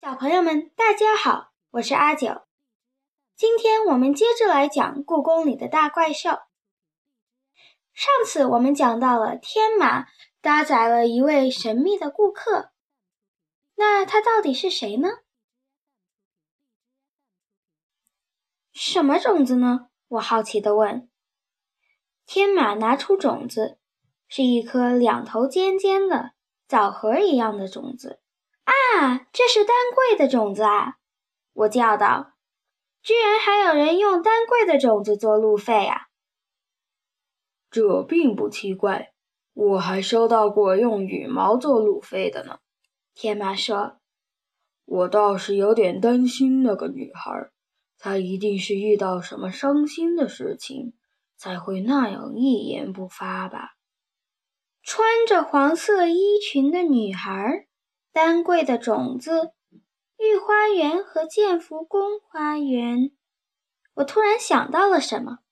小朋友们，大家好，我是阿九。今天我们接着来讲故宫里的大怪兽。上次我们讲到了天马搭载了一位神秘的顾客，那他到底是谁呢？什么种子呢？我好奇地问。天马拿出种子，是一颗两头尖尖的枣核一样的种子。啊，这是丹桂的种子啊！我叫道，居然还有人用丹桂的种子做路费啊！ 这并不奇怪，我还收到过用羽毛做路费的呢。 天马说， 我倒是有点担心那个女孩，她一定是遇到什么伤心的事情，才会那样一言不发吧。 穿着黄色衣裙的女孩，丹桂的种子，御花园和建福宫花园。我突然想到了什么。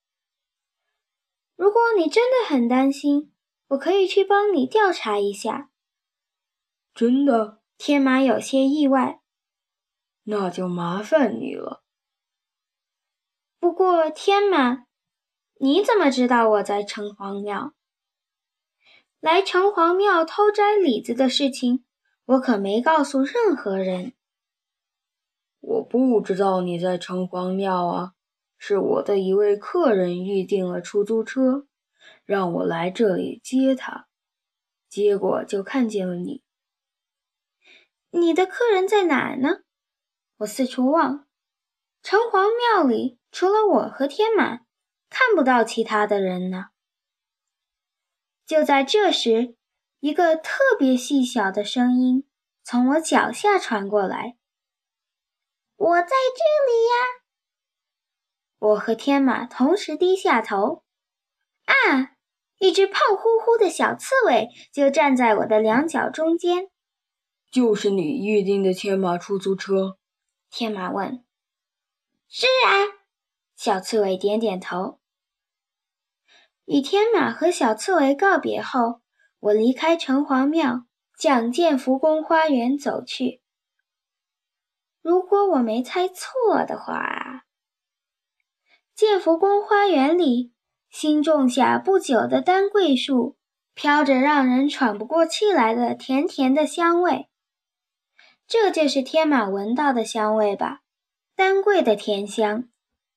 如果你真的很担心，我可以去帮你调查一下。 真的？ 天马有些意外。 那就麻烦你了。 不过天马，你怎么知道我在城隍庙？来城隍庙偷摘李子的事情，我可没告诉任何人。 我不知道你在城隍庙啊，是我的一位客人预订了出租车，让我来这里接他，结果就看见了你。 你的客人在哪儿呢？我四处望，城隍庙里除了我和天马，看不到其他的人呢。就在这时，一个特别细小的声音从我脚下传过来。我在这里呀！我和天马同时低下头。啊，一只胖乎乎的小刺猬就站在我的两脚中间。 就是你预订的天马出租车？ 天马问。是啊，小刺猬点点头。与天马和小刺猬告别后，我离开城隍庙，向建福宫花园走去。如果我没猜错的话，建福宫花园里新种下不久的丹桂树，飘着让人喘不过气来的甜甜的香味。这就是天马闻到的香味吧，丹桂的甜香。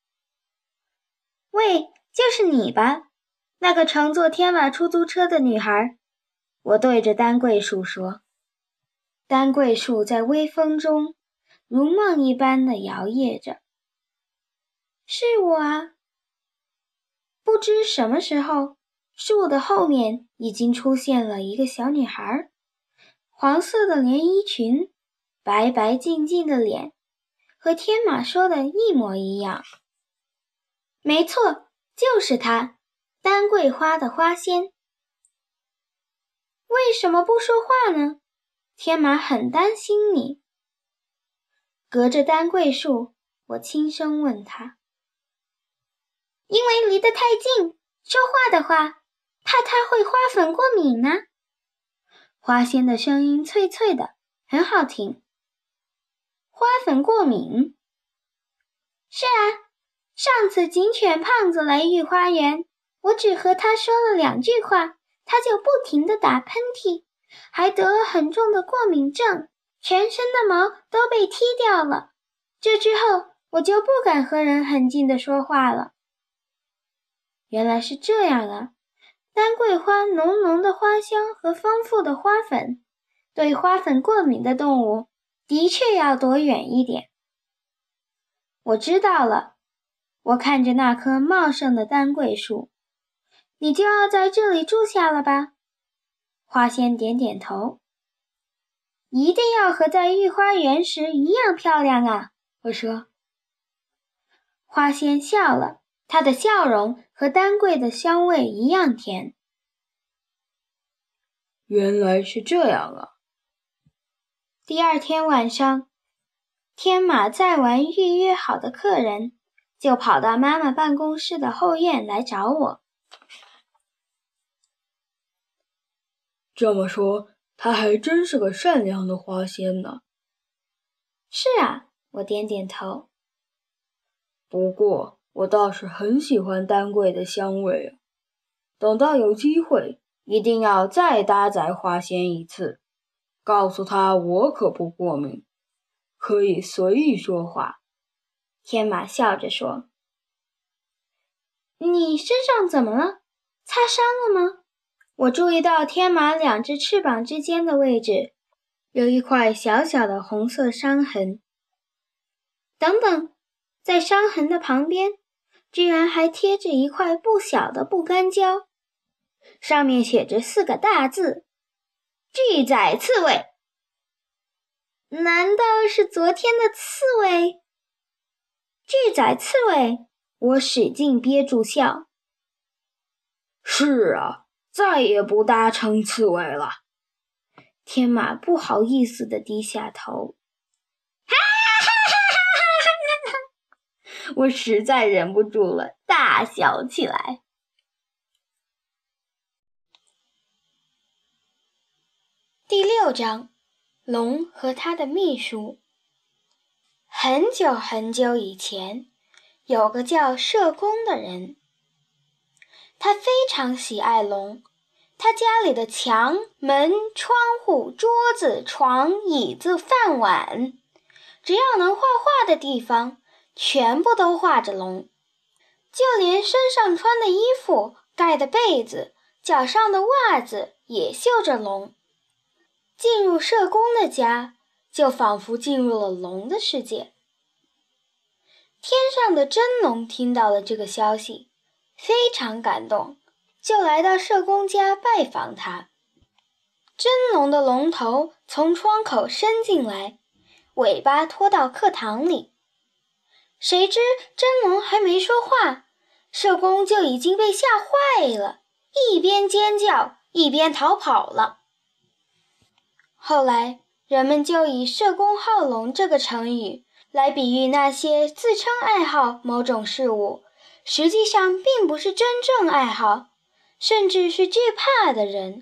喂，就是你吧？那个乘坐天马出租车的女孩，我对着丹桂树说。丹桂树在微风中如梦一般地摇曳着。是我啊！不知什么时候，树的后面已经出现了一个小女孩，黄色的连衣裙，白白净净的脸，和天马说的一模一样。没错，就是她，丹桂花的花仙。为什么不说话呢？天马很担心你。隔着丹桂树，我轻声问他。因为离得太近，说话的话，怕他会花粉过敏呢。花仙的声音脆脆的，很好听。花粉过敏？是啊，上次警犬胖子来御花园，我只和他说了2句话，他就不停地打喷嚏，还得了很重的过敏症，全身的毛都被踢掉了。这之后，我就不敢和人很近地说话了。原来是这样啊，丹桂花浓浓的花香和丰富的花粉，对花粉过敏的动物的确要躲远一点。我知道了，我看着那棵茂盛的丹桂树。你就要在这里住下了吧？花仙点点头。一定要和在御花园时一样漂亮啊，我说。花仙笑了，她的笑容和丹桂的香味一样甜。 原来是这样啊。 第二天晚上，天马载完预约好的客人，就跑到妈妈办公室的后院来找我。 这么说，她还真是个善良的花仙呢。 是啊，我点点头。 不过我倒是很喜欢丹桂的香味啊。等到有机会，一定要再搭载花仙一次，告诉他我可不过敏，可以随意说话。 天马笑着说：“你身上怎么了？擦伤了吗？”我注意到天马两只翅膀之间的位置有一块小小的红色伤痕。等等，在伤痕的旁边，居然还贴着一块不小的布干胶，上面写着4个大字：巨仔刺猬。难道是昨天的刺猬？巨仔刺猬，我使劲憋住笑。 是啊，再也不搭乘刺猬了。 天马不好意思地低下头。我实在忍不住了，大笑起来。第6章，龙和他的秘书。很久很久以前，有个叫社公的人，他非常喜爱龙。他家里的墙、门、窗户、桌子、床、椅子、饭碗，只要能画画的地方，全部都画着龙。就连身上穿的衣服、盖的被子、脚上的袜子也绣着龙。进入社公的家，就仿佛进入了龙的世界。天上的真龙听到了这个消息，非常感动，就来到社公家拜访他。真龙的龙头从窗口伸进来，尾巴拖到课堂里。谁知真龙还没说话，社公就已经被吓坏了，一边尖叫一边逃跑了。后来人们就以社公好龙这个成语来比喻那些自称爱好某种事物，实际上并不是真正爱好，甚至是惧怕的人。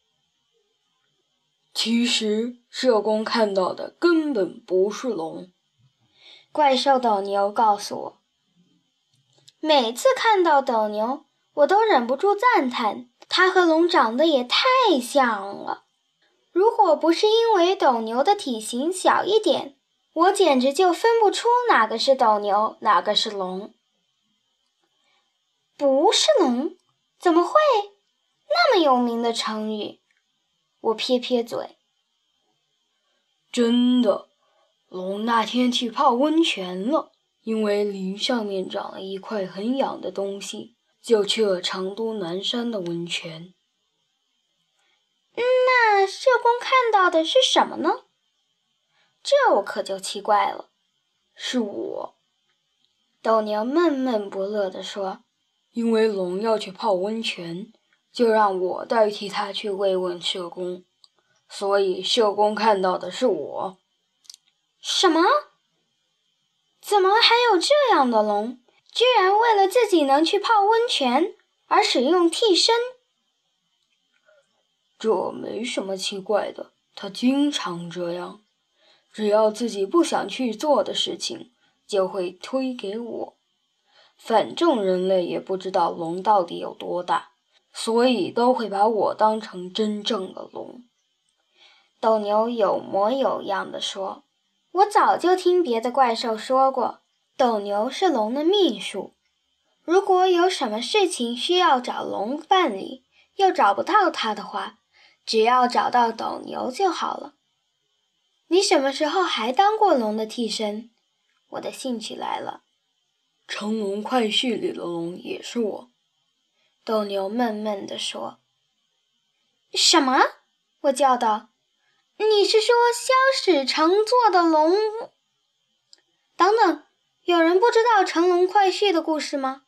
其实社公看到的根本不是龙。 怪兽斗牛告诉我，每次看到斗牛，我都忍不住赞叹，它和龙长得也太像了。如果不是因为斗牛的体型小一点，我简直就分不出哪个是斗牛，哪个是龙。不是龙？怎么会？那么有名的成语。我撇撇嘴。 真的，龙那天去泡温泉了，因为鳞上面长了一块很痒的东西，就去了成都南山的温泉。 那社公看到的是什么呢？这我可就奇怪了。 是我。 斗牛闷闷不乐地说， 因为龙要去泡温泉，就让我代替他去慰问社公，所以社公看到的是我。 什么？怎么还有这样的龙，居然为了自己能去泡温泉而使用替身？ 这没什么奇怪的，他经常这样，只要自己不想去做的事情，就会推给我。反正人类也不知道龙到底有多大，所以都会把我当成真正的龙。 斗牛有模有样地说，我早就听别的怪兽说过，斗牛是龙的秘书。如果有什么事情需要找龙办理，又找不到他的话，只要找到斗牛就好了。你什么时候还当过龙的替身？我的兴趣来了。 成龙快婿里的龙也是我。 斗牛闷闷地说。什么？我叫道。你是说萧史成做的龙？等等，有人不知道成龙快婿的故事吗？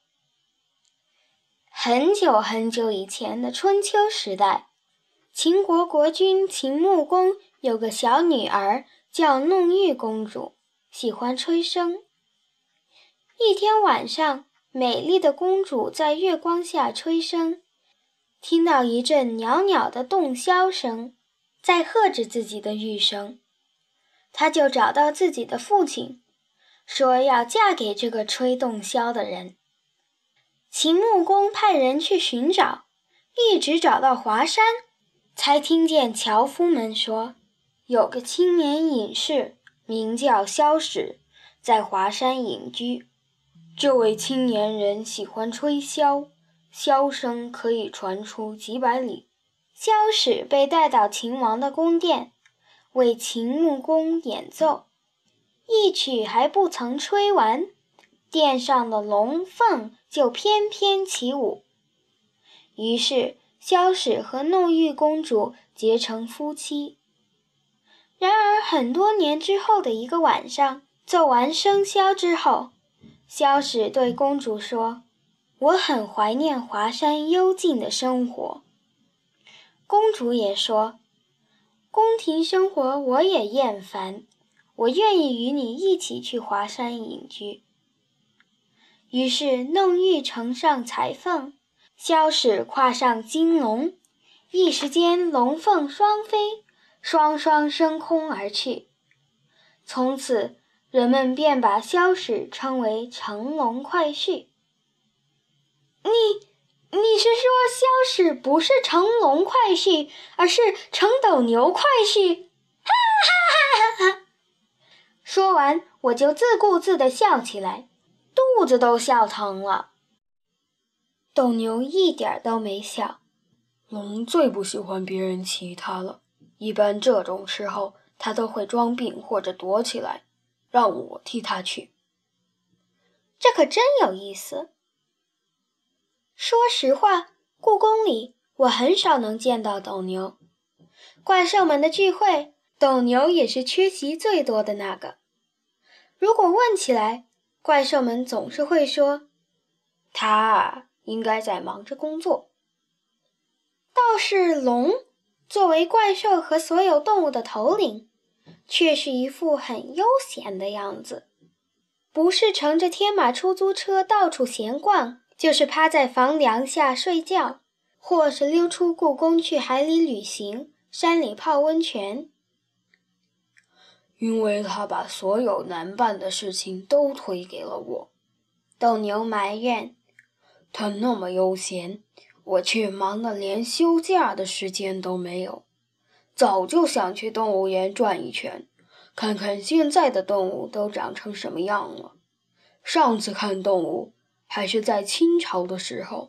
很久很久以前的春秋时代，秦国国君秦穆公有个小女儿叫弄玉公主，喜欢吹笙。一天晚上，美丽的公主在月光下吹笙，听到一阵袅袅的洞箫声，在和着自己的玉声。 她就找到自己的父亲，说要嫁给这个吹洞箫的人。秦穆公派人去寻找，一直找到华山，才听见樵夫们说，有个青年隐士名叫萧史，在华山隐居。这位青年人喜欢吹箫，箫声可以传出几百里。萧史被带到秦王的宫殿，为秦穆公演奏，一曲还不曾吹完，殿上的龙凤就翩翩起舞。于是萧史和弄玉公主结成夫妻。然而很多年之后的一个晚上，奏完笙箫之后，萧史对公主说，我很怀念华山幽静的生活。公主也说，宫廷生活我也厌烦，我愿意与你一起去华山隐居。于是弄玉乘上彩凤，萧史跨上金龙，一时间龙凤双飞，双双升空而去。从此人们便把萧史称为乘龙快婿。你是说萧史不是乘龙快婿，而是乘斗牛快婿？哈哈哈哈！说完，我就自顾自地笑起来，肚子都笑疼了。斗牛一点都没笑。 龙最不喜欢别人骑它了，一般这种时候，它都会装病或者躲起来，让我替它去。 这可真有意思。说实话，故宫里我很少能见到斗牛。怪兽们的聚会，斗牛也是缺席最多的那个。如果问起来，怪兽们总是会说， 他应该在忙着工作。 倒是龙，作为怪兽和所有动物的头领，却是一副很悠闲的样子，不是乘着天马出租车到处闲逛，就是趴在房梁下睡觉，或是溜出故宫去海里旅行，山里泡温泉。 因为他把所有难办的事情都推给了我。 斗牛埋怨， 他那么悠闲，我却忙得连休假的时间都没有。早就想去动物园转一圈，看看现在的动物都长成什么样了。上次看动物还是在清朝的时候。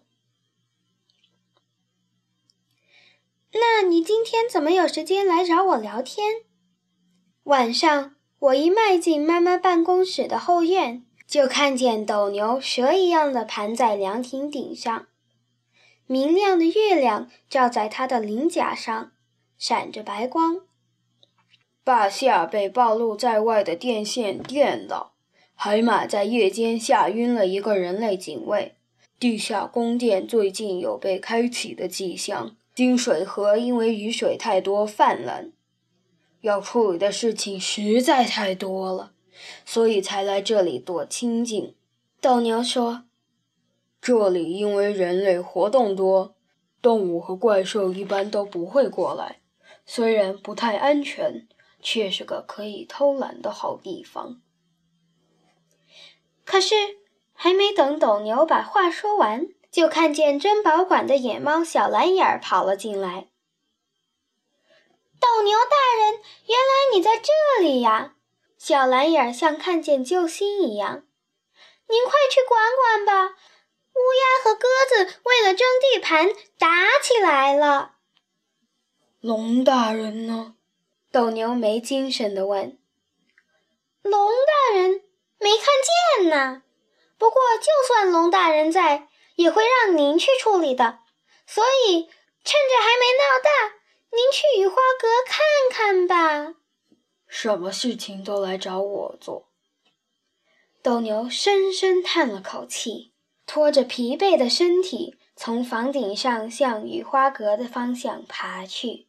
那你今天怎么有时间来找我聊天？晚上，我一迈进妈妈办公室的后院，就看见斗牛蛇一样的盘在凉亭顶上，明亮的月亮照在它的鳞甲上，闪着白光。 坝下被暴露在外的电线电到，海马在夜间吓晕了一个人类警卫。地下宫殿最近有被开启的迹象，金水河因为雨水太多泛滥。要处理的事情实在太多了，所以才来这里躲清静。 斗牛说， 这里因为人类活动多，动物和怪兽一般都不会过来，虽然不太安全，却是个可以偷懒的好地方。 可是还没等斗牛把话说完，就看见珍宝馆的野猫小蓝眼儿跑了进来。斗牛大人，原来你在这里呀！小蓝眼像看见救星一样。您快去管管吧，乌鸦和鸽子为了争地盘打起来了。 龙大人呢？ 斗牛没精神地问。龙大人没看见呢，不过就算龙大人在，也会让您去处理的，所以趁着还没闹大，您去雨花阁看看吧。 什么事情都来找我做。 斗牛深深叹了口气，拖着疲惫的身体从房顶上向雨花阁的方向爬去。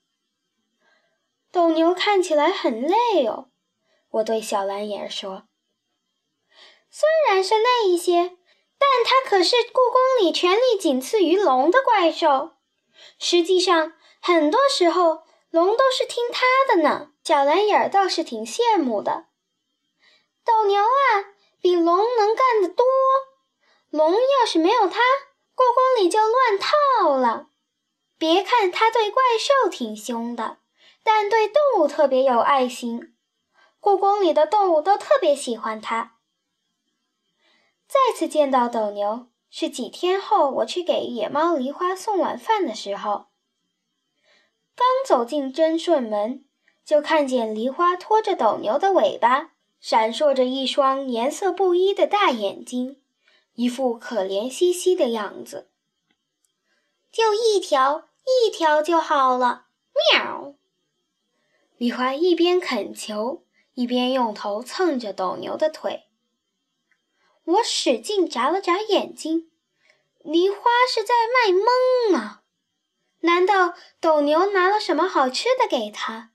斗牛看起来很累哦，我对小蓝眼说。虽然是累一些，但它可是故宫里权力仅次于龙的怪兽。实际上，很多时候龙都是听他的呢。 小蓝眼倒是挺羡慕的。斗牛啊，比龙能干得多。龙要是没有它，故宫里就乱套了。别看它对怪兽挺凶的，但对动物特别有爱心。故宫里的动物都特别喜欢它。再次见到斗牛，是几天后我去给野猫梨花送晚饭的时候。刚走进贞顺门，就看见梨花拖着斗牛的尾巴，闪烁着一双颜色不一的大眼睛，一副可怜兮兮的样子。就一条就好了，喵！梨花一边恳求，一边用头蹭着斗牛的腿。我使劲眨了眨眼睛，梨花是在卖萌吗？难道斗牛拿了什么好吃的给他？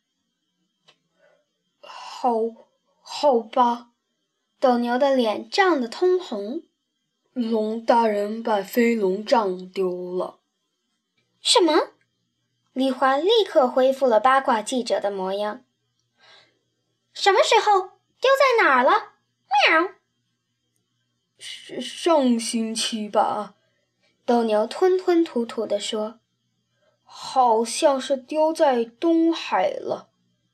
好吧， 斗牛的脸涨得通红。 龙大人把飞龙杖丢了。 什么？梨花立刻恢复了八卦记者的模样。什么时候？丢在哪儿了？喵！ 上星期吧， 斗牛吞吞吐吐地说。 好像是丢在东海了。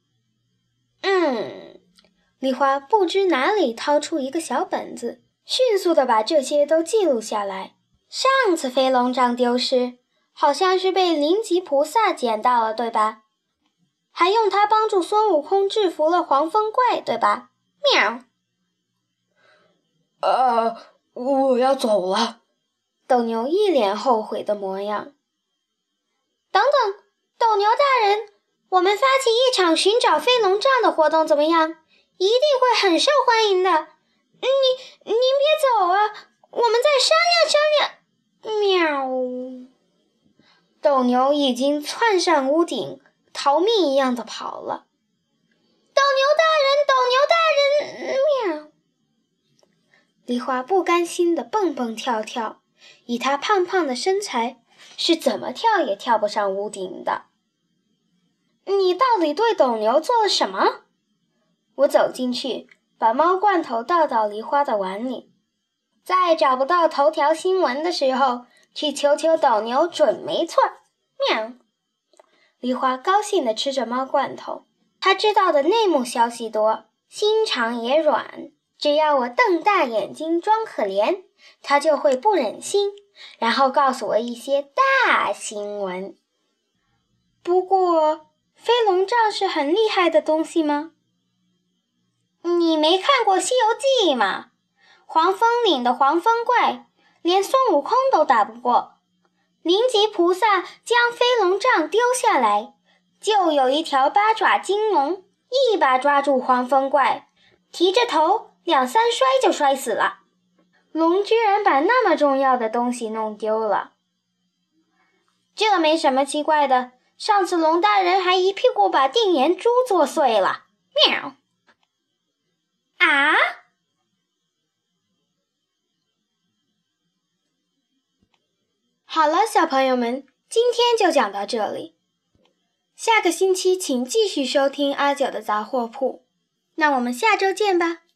梨花不知哪里掏出一个小本子，迅速地把这些都记录下来。上次飞龙杖丢失，好像是被灵吉菩萨捡到了，对吧？还用它帮助孙悟空制服了黄风怪，对吧？喵！ 我要走了。 斗牛一脸后悔的模样。等等，斗牛大人，我们发起一场寻找飞龙杖的活动怎么样？一定会很受欢迎的。您别走啊，我们再商量商量。喵！斗牛已经窜上屋顶，逃命一样的跑了。斗牛大人，喵！梨花不甘心地蹦蹦跳跳，以她胖胖的身材，是怎么跳也跳不上屋顶的。你到底对斗牛做了什么？我走进去，把猫罐头倒到梨花的碗里。在找不到头条新闻的时候，去求求斗牛准没错。喵！梨花高兴地吃着猫罐头，她知道的内幕消息多，心肠也软。只要我瞪大眼睛装可怜，她就会不忍心，然后告诉我一些大新闻。不过，飞龙杖是很厉害的东西吗？你没看过《西游记》吗？黄风岭的黄风怪，连孙悟空都打不过。灵吉菩萨将飞龙杖丢下来，就有一条八爪金龙一把抓住黄风怪，提着头2、3摔就摔死了。龙居然把那么重要的东西弄丢了。这没什么奇怪的，上次龙大人还一屁股把定颜珠做碎了。喵！啊？好了，小朋友们，今天就讲到这里。下个星期请继续收听阿九的杂货铺。那我们下周见吧。